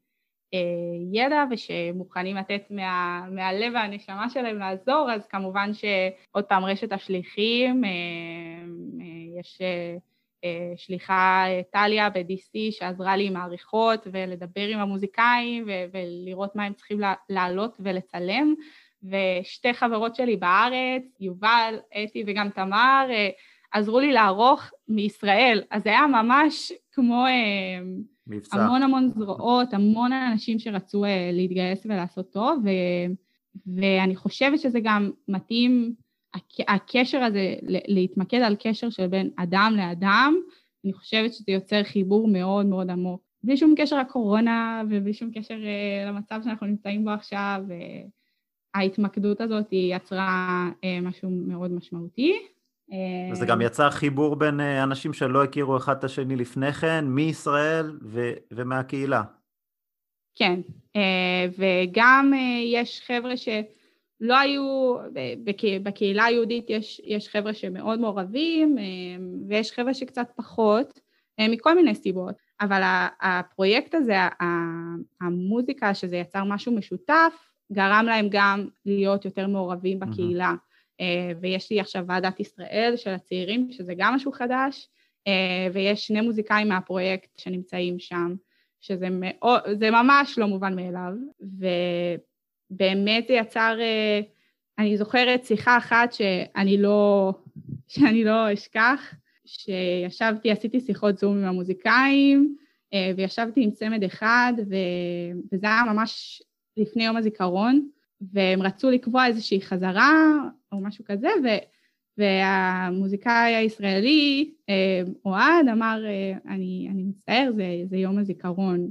ידע ושמוכנים לתת מהלב והנשמה שלהם לעזור, אז כמובן שעוד פעם רשת השליחים, יש שליחה טליה ב-DC שעזרה לי עם העריכות ולדבר עם המוזיקאים ולראות מה הם צריכים לעלות ולצלם, ושתי חברות שלי בארץ, יובל, אתי וגם תמר, עזרו לי לערוך מישראל, אז זה היה ממש כמו מבצע. המון זרועות, המון אנשים שרצו להתגייס ולעשות טוב, ואני חושבת שזה גם מתאים, הקשר הזה, להתמקד על קשר של בין אדם לאדם, אני חושבת שזה יוצר חיבור מאוד מאוד עמוק. בלי שום קשר לקורונה ובלי שום קשר למצב שאנחנו נמצאים בו עכשיו, ההתמקדות הזאת היא יצרה משהו מאוד משמעותי. וזה גם יצר חיבור בין אנשים שלא הכירו אחד את השני לפני כן, מישראל ומהקהילה. כן, וגם יש חבר'ה שלא היו, בקהילה היהודית יש חבר'ה שמאוד מעורבים, ויש חבר'ה שקצת פחות, מכל מיני סיבות, אבל הפרויקט הזה, המוזיקה שזה יצר משהו משותף, גרם להם גם להיות יותר מעורבים בקהילה, ויש לי עכשיו ועדת ישראל של הצעירים, שזה גם משהו חדש, ויש 2 מוזיקאים מהפרויקט שנמצאים שם, שזה זה ממש לא מובן מאליו, ובאמת זה יצר, אני זוכרת שיחה אחת שאני לא אשכח, שישבתי, עשיתי שיחות זום עם המוזיקאים, וישבתי עם צמד אחד, וזה היה ממש לפני יום הזיכרון, והם רצו לקבוע איזושהי חזרה, או משהו כזה, והמוזיקאי הישראלי, אוהד, אמר, אני מצטער, זה יום הזיכרון,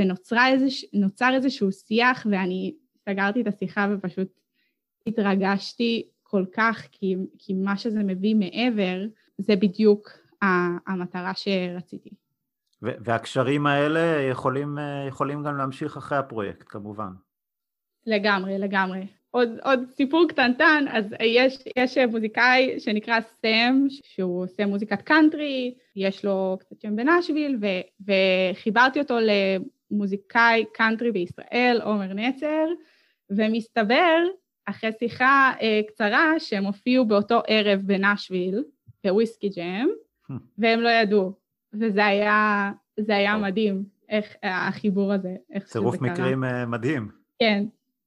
ונוצר איזשהו שיח, ואני סגרתי את השיחה ופשוט התרגשתי כל כך, כי מה שזה מביא מעבר, זה בדיוק המטרה שרציתי. והקשרים האלה יכולים גם להמשיך אחרי הפרויקט, כמובן. לגמרי. עוד סיפור קטנטן, אז יש מוזיקאי שנקרא סם, שהוא עושה מוזיקת קאנטרי, יש לו קצת שם בנשוויל, וחיברתי אותו למוזיקאי קאנטרי בישראל, עומר נצר, ומסתבר, אחרי שיחה קצרה, שהם הופיעו באותו ערב בנשוויל, בוויסקי ג'ם, והם לא ידעו, וזה היה מדהים, איך החיבור הזה, איך שזה קרה. צירוף מקרים מדהים. כן.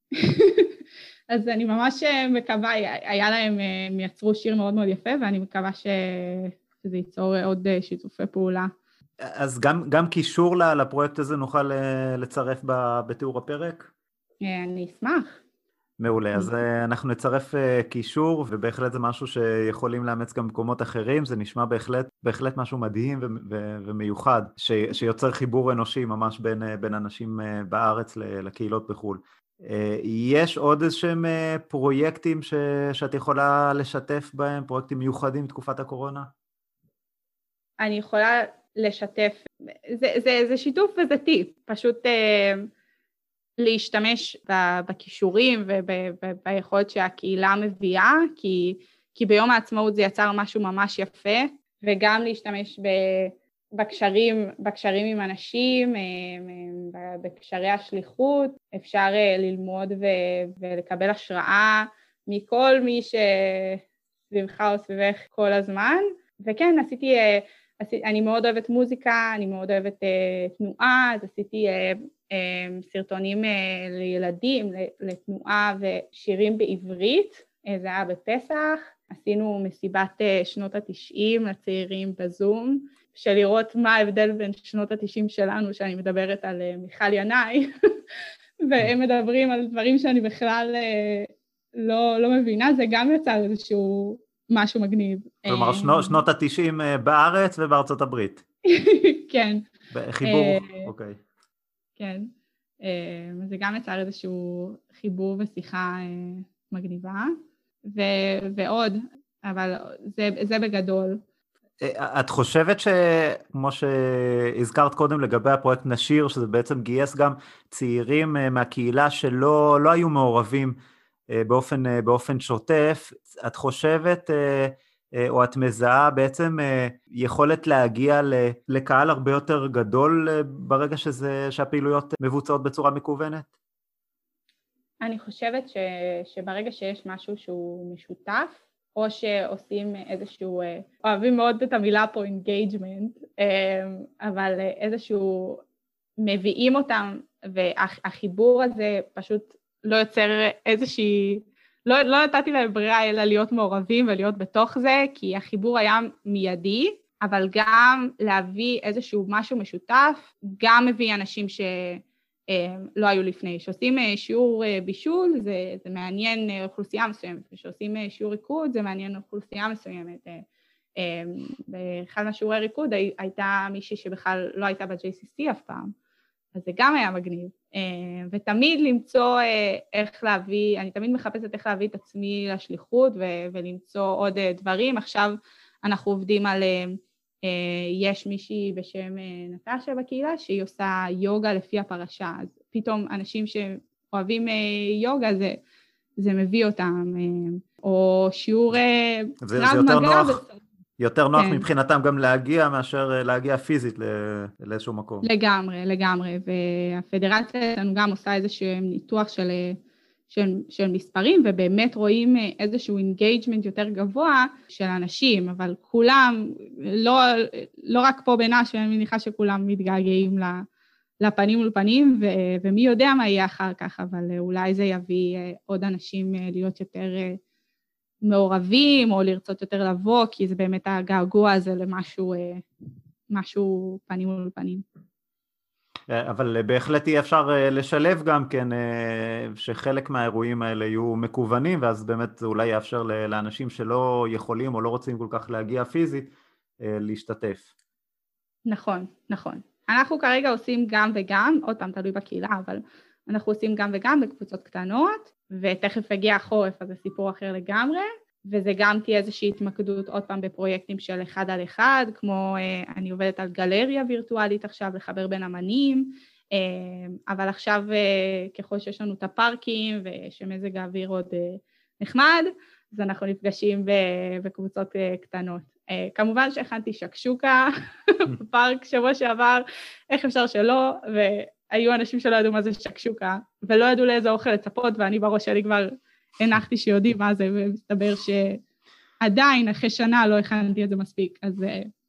אז אני ממש מקווה, היה להם, הם יצרו שיר מאוד מאוד יפה, ואני מקווה שזה ייצור עוד שיתופי פעולה. אז גם קישור לפרויקט הזה נוכל לצרף בתיאור הפרק? אני אשמח. מעולה, אז אנחנו נצרף קישור, ובהחלט זה משהו שיכולים לאמץ גם במקומות אחרים, זה נשמע בהחלט משהו מדהים ומיוחד, שיוצר חיבור אנושי ממש בין אנשים בארץ לקהילות בחו"ל. יש עוד איזשהם פרויקטים שאת יכולה לשתף בהם, פרויקטים מיוחדים בתקופת הקורונה? אני יכולה לשתף, זה שיתוף וזה טיפ, פשוט להשתמש בכישורים וביכולת שהקהילה מביאה, כי ביום העצמאות זה יצר משהו ממש יפה, וגם להשתמש בקשרים עם אנשים, בקשרי השליחות, אפשר ללמוד ולקבל השראה מכל מי שסביבך או סביבך כל הזמן, וכן, אני מאוד אוהבת מוזיקה, אני מאוד אוהבת תנועה, אז עשיתי סרטונים לילדים, לתנועה ושירים בעברית, זה היה בפסח, עשינו מסיבת שנות ה-90 לצעירים בזום, של לראות מה ההבדל בין שנות ה-90 שלנו, שאני מדברת על מיכל ינאי, והם מדברים על דברים שאני בכלל לא מבינה, זה גם יצר איזשהו משהו מגניב. כלומר, שנות ה-90 בארץ ובארצות הברית. כן. חיבור, אוקיי. כן. זה גם יצר איזשהו חיבור ושיחה מגניבה, ועוד, אבל זה בגדול. את חושבת שכמו שהזכרת קודם לגבי הפרויקט נשיר, שזה בעצם גייס גם צעירים מהקהילה שלא היו מעורבים באופן שוטף, את חושבת או את מזהה בעצם יכולת להגיע לקהל הרבה יותר גדול ברגע שהפעילויות מבוצעות בצורה מקוונת? אני חושבת שברגע שיש משהו שהוא משותף, או שעושים איזשהו, אוהבים מאוד את המילה פה engagement, אבל איזשהו מביאים אותם, והחיבור הזה פשוט לא יוצר איזושהי, לא נתתי להם ברירה אלא להיות מעורבים ולהיות בתוך זה, כי החיבור היה מיידי, אבל גם להביא איזשהו משהו משותף, גם מביא אנשים שלא היו לפני. שעושים שיעור בישול, זה מעניין אוכלוסייה מסוימת, ושעושים שיעור ריקוד, זה מעניין אוכלוסייה מסוימת. באחד מהשיעורי ריקוד הייתה מישהי שבכלל לא הייתה ב-JCC אף פעם, אז זה גם היה מגניב. ותמיד למצוא איך להביא, אני תמיד מחפשת איך להביא את עצמי לשליחות ולמצוא עוד דברים. עכשיו אנחנו עובדים על, יש מישהי בשם נטשה בקהילה, שהיא עושה יוגה לפי הפרשה, אז פתאום אנשים שאוהבים יוגה, זה מביא אותם, או שיעור קרב מגע. יותר נוח מבחינתם גם להגיע מאשר להגיע פיזית לאיזשהו מקום. לגמרי, והפדרציה שלנו גם עושה איזשהו ניתוח של מספרים, ובאמת רואים איזשהו אינגייג'מנט יותר גבוה של אנשים, אבל כולם, לא רק פה בנש, ואני מניחה שכולם מתגעגעים לפנים ולפנים, ומי יודע מה יהיה אחר כך, אבל אולי זה יביא עוד אנשים להיות יותר מעורבים, או לרצות יותר לבוא, כי זה באמת הגעגוע הזה למשהו פנים ולפנים. אבל בהחלט יהיה אפשר לשלב גם כן, שחלק מהאירועים האלה יהיו מקוונים, ואז באמת זה אולי יאפשר לאנשים שלא יכולים או לא רוצים כל כך להגיע פיזית, להשתתף. נכון. אנחנו כרגע עושים גם וגם, עוד פעם תלוי בקהילה, אבל אנחנו עושים גם וגם בקבוצות קטנות, ותכף הגיע החורף, אז זה סיפור אחר לגמרי, וזה גם תהיה איזושהי התמקדות עוד פעם בפרויקטים של 1 על 1, כמו אני עובדת על גלריה וירטואלית עכשיו, לחבר בין אמנים, אבל עכשיו ככל שיש לנו את הפארקים, ושמזג האוויר עוד נחמד, אז אנחנו נפגשים בקבוצות קטנות. כמובן שהכנתי שקשוקה בפארק שבוע שעבר, איך אפשר שלא, והיו אנשים שלא ידעו מה זה שקשוקה, ולא ידעו לאיזה אוכל לצפות, ואני בראש שלי כבר הנחתי שיודעים מה זה, ומסתבר שעדיין אחרי שנה לא הכנתי את זה מספיק, אז...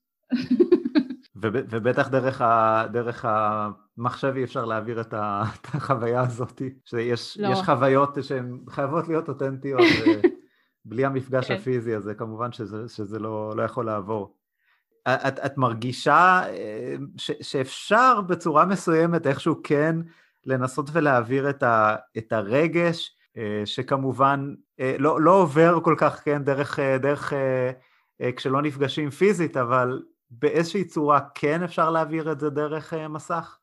ובטח דרך המחשב אי אפשר להעביר את החוויה הזאת, שיש חוויות שהן חייבות להיות אותנטיות, בלי המפגש הפיזי הזה, כמובן שזה לא יכול לעבור. את מרגישה שאפשר בצורה מסוימת איכשהו כן לנסות ולהעביר את הרגש, שכמובן לא עובר כל כך כן דרך כשלא נפגשים פיזית, אבל באיזושהי צורה כן אפשר להעביר את זה דרך מסך?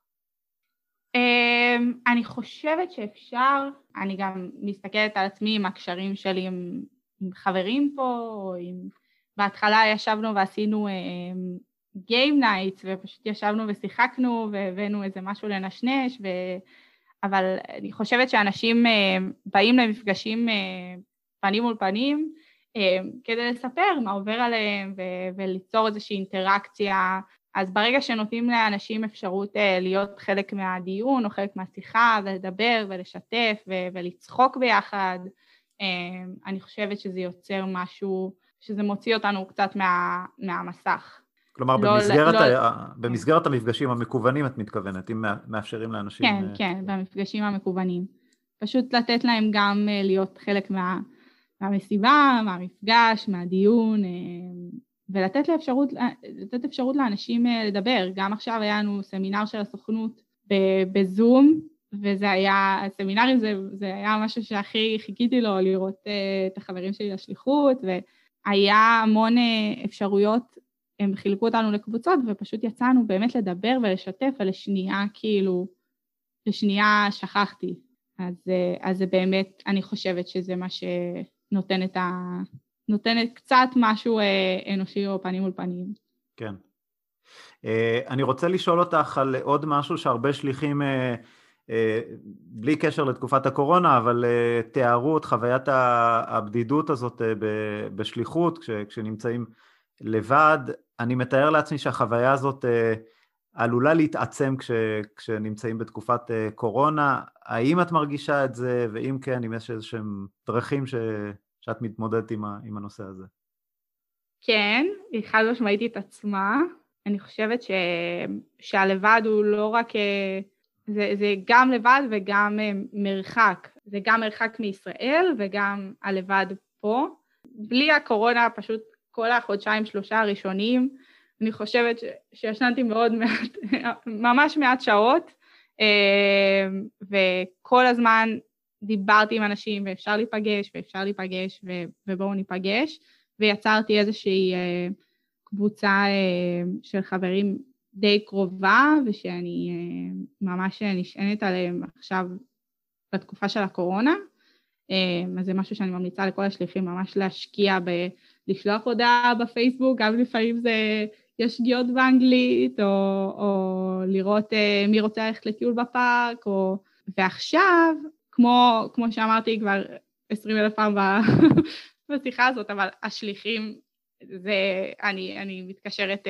אני חושבת שאפשר, אני גם מסתכלת על עצמי עם הקשרים שלי עם חברים פה, בהתחלה ישבנו ועשינו Game Nights, ופשוט ישבנו ושיחקנו והבאנו איזה משהו לנשנש, אבל אני חושבת שאנשים באים למפגשים פנים מול פנים, כדי לספר מה עובר עליהם וליצור איזושהי אינטראקציה. אז ברגע שנותנים לאנשים אפשרות להיות חלק מהדיון או חלק מהשיחה ולדבר ולשתף ולצחוק ביחד, אני חושבת שזה יוצר משהו, שזה מוציא אותנו קצת מהמסך. כלומר, במסגרת המפגשים המקוונים את מתכוונת, אם מאפשרים לאנשים... כן, במפגשים המקוונים. פשוט לתת להם גם להיות חלק מהמסיבה, מהמפגש, מהדיון, ולתת אפשרות לאנשים לדבר. גם עכשיו היה לנו סמינר של הסוכנות בזום, וזה היה, הסמינרים זה היה משהו שהכי חיכיתי לו, לראות את החברים שלי לשליחות, והיה המון אפשרויות, הם חילקו אותנו לקבוצות, ופשוט יצאנו באמת לדבר ולשתף, לשנייה שכחתי. אז זה באמת, אני חושבת שזה מה נותנת קצת משהו אנושי או פנים מול פנים. כן. אני רוצה לשאול אותך על עוד משהו שהרבה שליחים, בלי קשר לתקופת הקורונה, אבל תיארו את חוויית הבדידות הזאת בשליחות, כשנמצאים לבד. אני מתאר לעצמי שהחוויה הזאת עלולה להתעצם כשנמצאים בתקופת קורונה. האם את מרגישה את זה, ואם כן, אם יש איזשהם דרכים שאת מתמודדת עם הנושא הזה? כן, היא חד משמעית התעצמה. אני חושבת שהלבד הוא לא רק, זה גם לבד וגם מרחק. זה גם מרחק מישראל וגם הלבד פה. בלי הקורונה, פשוט כל החודשיים 3 הראשונים, אני חושבת שישנתי ממש מעט שעות, וכל הזמן דיברתי עם אנשים, ואפשר להיפגש, ובואו ניפגש, ויצרתי קבוצה של חברים די קרובה, ושאני ממש נשענת עליהם עכשיו בתקופה של הקורונה. אז זה משהו שאני ממליצה לכל השליחים, ממש להשקיע לשלוח הודעה בפייסבוק, גם לפעמים יש שגיאות באנגלית, או לראות מי רוצה ללכת לטיול בפארק, ועכשיו, כמו שאמרתי כבר 20,000 פעם בשיחה הזאת, אבל השליחים, אני מתקשרת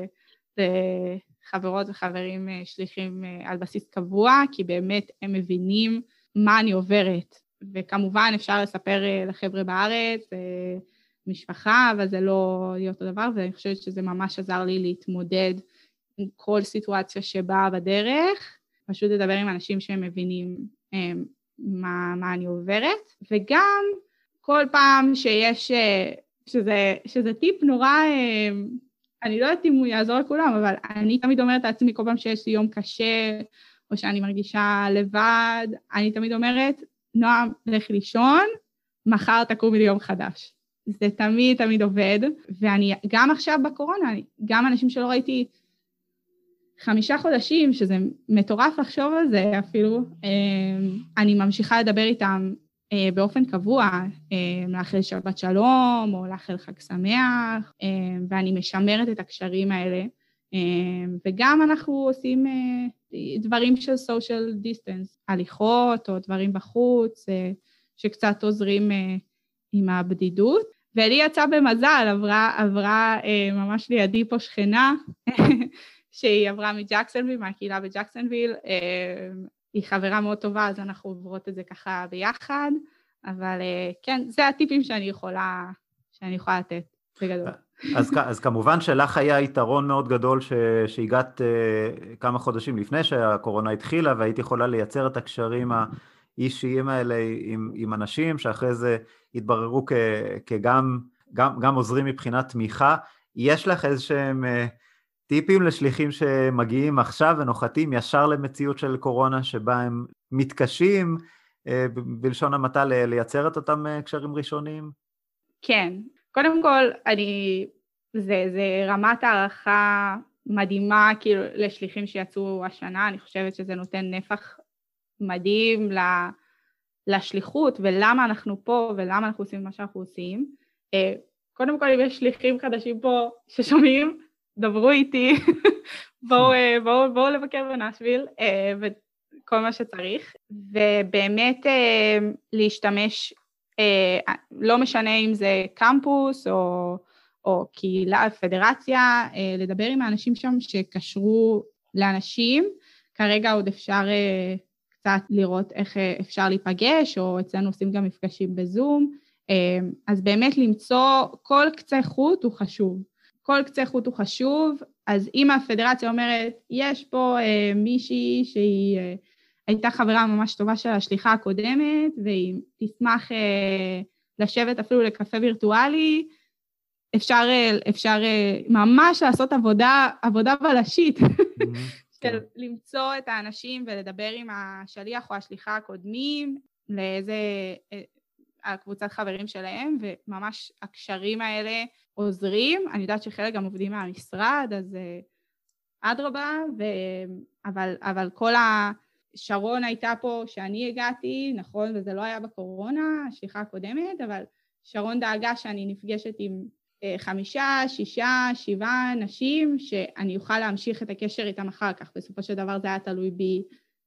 לחברות וחברים שליחים על בסיס קבוע, כי באמת הם מבינים מה אני עוברת, וכמובן אפשר לספר לחבר'ה בארץ, משפחה, אבל זה לא יהיה אותו דבר, ואני חושבת שזה ממש עזר לי להתמודד עם כל סיטואציה שבאה בדרך, פשוט לדבר עם אנשים שהם מבינים מה אני עוברת, וגם כל פעם שיש, שזה טיפ נורא, אני לא יודעת אם הוא יעזור לכולם, אבל אני תמיד אומרת לעצמי כל פעם שיש לי יום קשה, או שאני מרגישה לבד, אני תמיד אומרת, נועם, לך לישון, מחר תקומי ליום חדש. זה תמיד עובד, ואני גם עכשיו בקורונה, גם אנשים שלא ראיתי 5 חודשים, שזה מטורף לחשוב על זה אפילו, אני ממשיכה לדבר איתם באופן קבוע, לאחל שבת שלום, או לאחל חג שמח, ואני משמרת את הקשרים האלה, וגם אנחנו עושים דברים של social distance, הליכות או דברים בחוץ, שקצת עוזרים עם הבדידות. ולי יצא במזל, עברה ממש לידי פה שכנה, שהיא עברה מג'קסונוויל, מהקהילה בג'קסונוויל, היא חברה מאוד טובה, אז אנחנו עוברות את זה ככה ביחד, אבל כן, זה הטיפים שאני יכולה לתת, בגדול. אז כמובן שלך היה יתרון מאוד גדול שהגעת כמה חודשים לפני שהקורונה התחילה, והיית יכולה לייצר את הקשרים האישיים האלה עם אנשים, שאחרי זה התבררו גם עוזרים מבחינת תמיכה. יש לך איזשהם טיפים לשליחים שמגיעים עכשיו ונוחתים ישר למציאות של קורונה, שבה הם מתקשים בלשון המעטה לייצר את אותם קשרים ראשוניים? כן. קודם כל, זה רמת הערכה מדהימה, כאילו, לשליחים שיצאו השנה, אני חושבת שזה נותן נפח מדהים לשליחות, ולמה אנחנו פה, ולמה אנחנו עושים מה שאנחנו עושים. קודם כל, אם יש שליחים חדשים פה ששומעים, דברו איתי, בואו לבקר בנשוויל, וכל מה שצריך, ובאמת להשתמש, לא משנה אם זה קמפוס או קהילה, פדרציה, לדבר עם האנשים שם שקשרו לאנשים. כרגע עוד אפשר קצת לראות איך אפשר להיפגש, או אצלנו עושים גם מפגשים בזום. אז באמת למצוא כל קצה חוט הוא חשוב. כל קצה חוט הוא חשוב, אז אם הפדרציה אומרת, יש פה מישהי שהיא הייתה חברה ממש טובה של השליחה הקודמת, והיא תשמח לשבת אפילו לקפה וירטואלי, אפשר ממש לעשות עבודה בלשית, של למצוא את האנשים ולדבר עם השליח או השליחה הקודמים, לאיזה הקבוצת חברים שלהם, וממש הקשרים האלה עוזרים. אני יודעת שחלק גם עובדים מהמשרד, אז אדרבה, אבל כל שרון הייתה פה שאני הגעתי, נכון, וזה לא היה בקורונה, השליחה הקודמת, אבל שרון דאגה שאני נפגשת עם 5, 6, 7 נשים, שאני אוכל להמשיך את הקשר איתם אחר כך. בסופו של דבר זה היה תלוי בי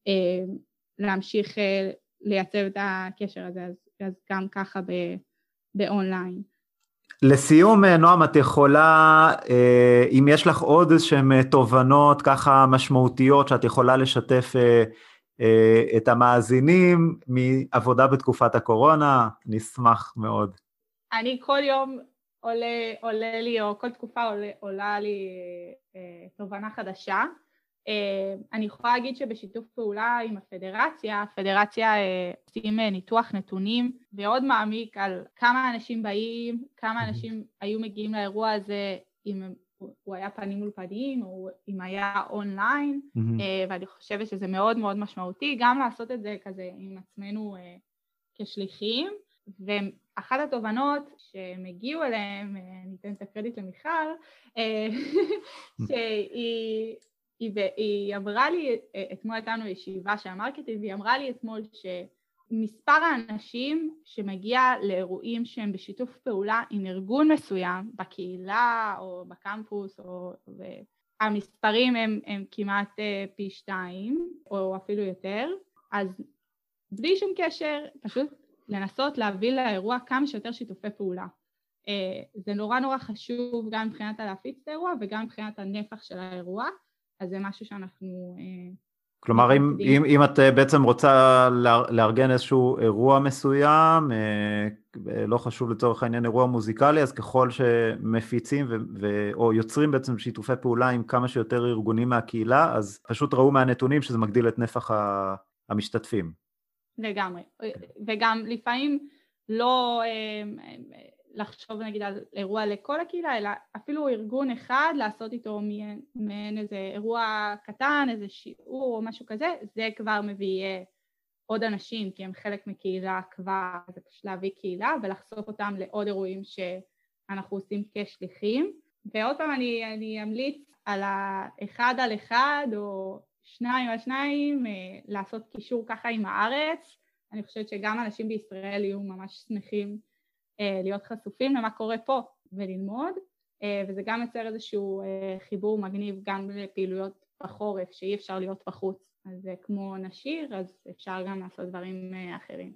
להמשיך לייצב את הקשר הזה, אז גם ככה באונליין. לסיום, נועם, את יכולה, אם יש לך עוד איזשהם תובנות ככה משמעותיות שאת יכולה לשתף את המאזינים מעבודה בתקופת הקורונה, נשמח מאוד. אני כל יום עולה לי, או כל תקופה עולה לי תובנה חדשה. אני יכולה להגיד שבשיתוף פעולה עם הפדרציה עושים ניתוח נתונים מאוד מעמיק על כמה אנשים באים, כמה אנשים היו מגיעים לאירוע הזה, אם הוא היה פנים מול פנים, או אם היה אונליין, ואני חושבת שזה מאוד מאוד משמעותי, גם לעשות את זה כזה עם עצמנו כשליחים, ואחת התובנות שהם הגיעו אליהם, אני אתן את הקרדיט למיכל, שהיא אמרה לי, אתמול הייתה לנו ישיבה של המרקטינג, והיא אמרה לי אתמול שמספר האנשים שמגיע לאירועים שהם בשיתוף פעולה עם ארגון מסוים, בקהילה או בקמפוס, המספרים הם כמעט פי 2 או אפילו יותר, אז בלי שום קשר, פשוט לנסות להביא לאירוע כמה שיותר שיתופי פעולה. זה נורא נורא חשוב גם מבחינת להפיץ את האירוע וגם מבחינת הנפח של האירוע, אז זה משהו שאנחנו... כלומר, אם את בעצם רוצה לארגן איזשהו אירוע מסוים, לא חשוב לצורך העניין אירוע מוזיקלי, אז ככל שמפיצים או יוצרים בעצם שיתופי פעולה עם כמה שיותר ארגונים מהקהילה, אז פשוט ראו מהנתונים שזה מגדיל את נפח המשתתפים. לגמרי, וגם לפעמים לא לחשוב נגיד על אירוע לכל הקהילה, אלא אפילו ארגון אחד לעשות איתו מעין איזה אירוע קטן, איזה שיעור או משהו כזה, זה כבר מביא עוד אנשים, כי הם חלק מקהילה כבר, זה פשוט להביא קהילה ולחשוף אותם לעוד אירועים שאנחנו עושים כשליחים. ועוד פעם אני אמליץ על האחד על אחד או 2 על 2, לעשות קישור ככה עם הארץ. אני חושבת שגם אנשים בישראל יהיו ממש שמחים להיות חשופים למה קורה פה וללמוד, וזה גם יוצר איזשהו חיבור מגניב גם לפעילויות בחורף שאי אפשר להיות בחוץ, אז כמו נשיר, אז אפשר גם לעשות דברים אחרים.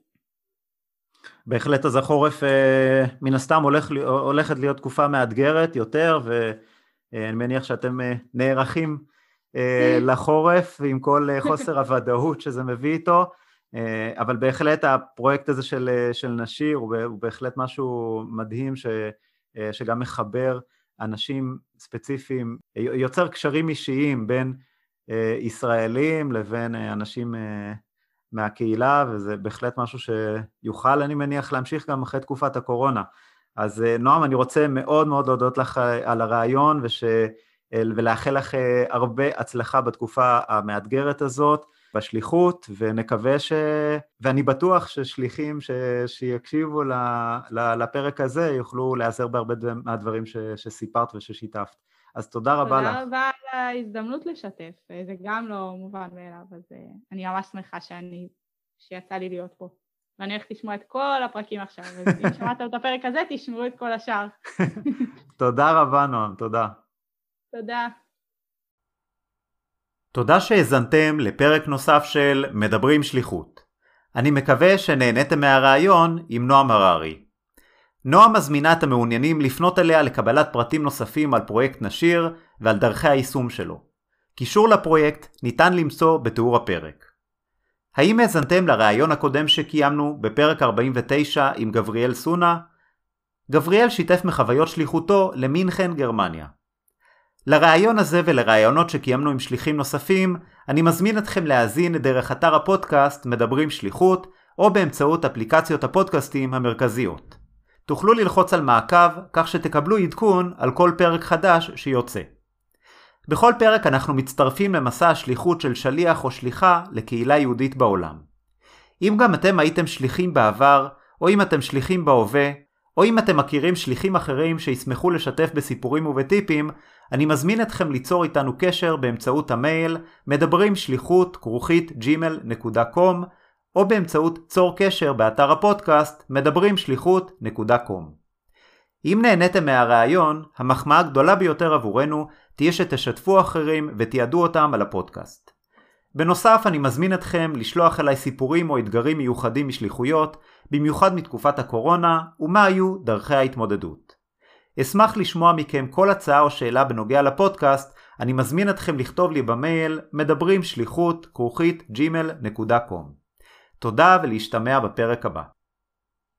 בהחלט, אז החורף מן הסתם הולכת להיות תקופה מאתגרת יותר, ואני מניח שאתם נערכים לחורף עם כל חוסר הוודאות שזה מביא איתו, אבל בהחלט הפרויקט הזה של נשיר הוא בהחלט משהו מדהים שגם מחבר אנשים ספציפיים, יוצר קשרים אישיים בין ישראלים לבין אנשים מהקהילה, וזה בהחלט משהו שיוכל, אני מניח, להמשיך גם אחרי תקופת הקורונה. אז נועם, אני רוצה מאוד מאוד להודות לך על הרעיון, ולאחל לך הרבה הצלחה בתקופה המאתגרת הזאת, בשליחות, ונקווה ואני בטוח ששליחים שיקשיבו לפרק הזה, יוכלו לעזר בהרבה מהדברים שסיפרת וששיתפת. אז תודה רבה לך. תודה רבה על ההזדמנות לשתף, זה גם לא מובן מאליו, אז אני ממש שמחה שיצא לי להיות פה. ואני הולכת לשמוע את כל הפרקים עכשיו, אז אם שמעתם את הפרק הזה, תשמעו את כל השאר. תודה רבה, נועם, תודה. תודה. תודה שהזנתם לפרק נוסף של מדברים שליחות. אני מקווה שנהניתם מהרעיון עם נועם הררי. נועם מזמינה את המעוניינים לפנות אליה לקבלת פרטים נוספים על פרויקט נשיר ועל דרכי היישום שלו. קישור לפרויקט ניתן למצוא בתיאור הפרק. האם האזנתם לרעיון הקודם שקיימנו בפרק 49 עם גבריאל סונה? גבריאל שיתף מחוויות שליחותו למינכן, גרמניה. לרעיון הזה ולרעיונות שקיימנו עם שליחים נוספים, אני מזמין אתכם להאזין דרך אתר הפודקאסט מדברים שליחות, או באמצעות אפליקציות הפודקאסטים המרכזיות. תוכלו ללחוץ על מעקב, כך שתקבלו עדכון על כל פרק חדש שיוצא. בכל פרק אנחנו מצטרפים למסע השליחות של שליח או שליחה לקהילה יהודית בעולם. אם גם אתם הייתם שליחים בעבר, או אם אתם שליחים בהווה, או אם אתם מכירים שליחים אחרים שישמחו לשתף בסיפורים ובטיפים, אני מזמין אתכם ליצור איתנו קשר באמצעות המייל מדבריםשליחות@gmail.com או באמצעות צור קשר באתר הפודקאסט מדברימשליחות.com. אם נהניתם מהרעיון, המחמאה הגדולה ביותר עבורנו תהיה שתשתפו אחרים ותיעדו אותם על הפודקאסט. בנוסף, אני מזמין אתכם לשלוח אליי סיפורים או אתגרים מיוחדים משליחויות, במיוחד מתקופת הקורונה, ומה היו דרכי ההתמודדות. אשמח לשמוע מכם כל הצעה או שאלה בנוגע לפודקאסט, אני מזמין אתכם לכתוב לי במייל מדברימשליחות@gmail.com. תודה ולהשתמע בפרק הבא.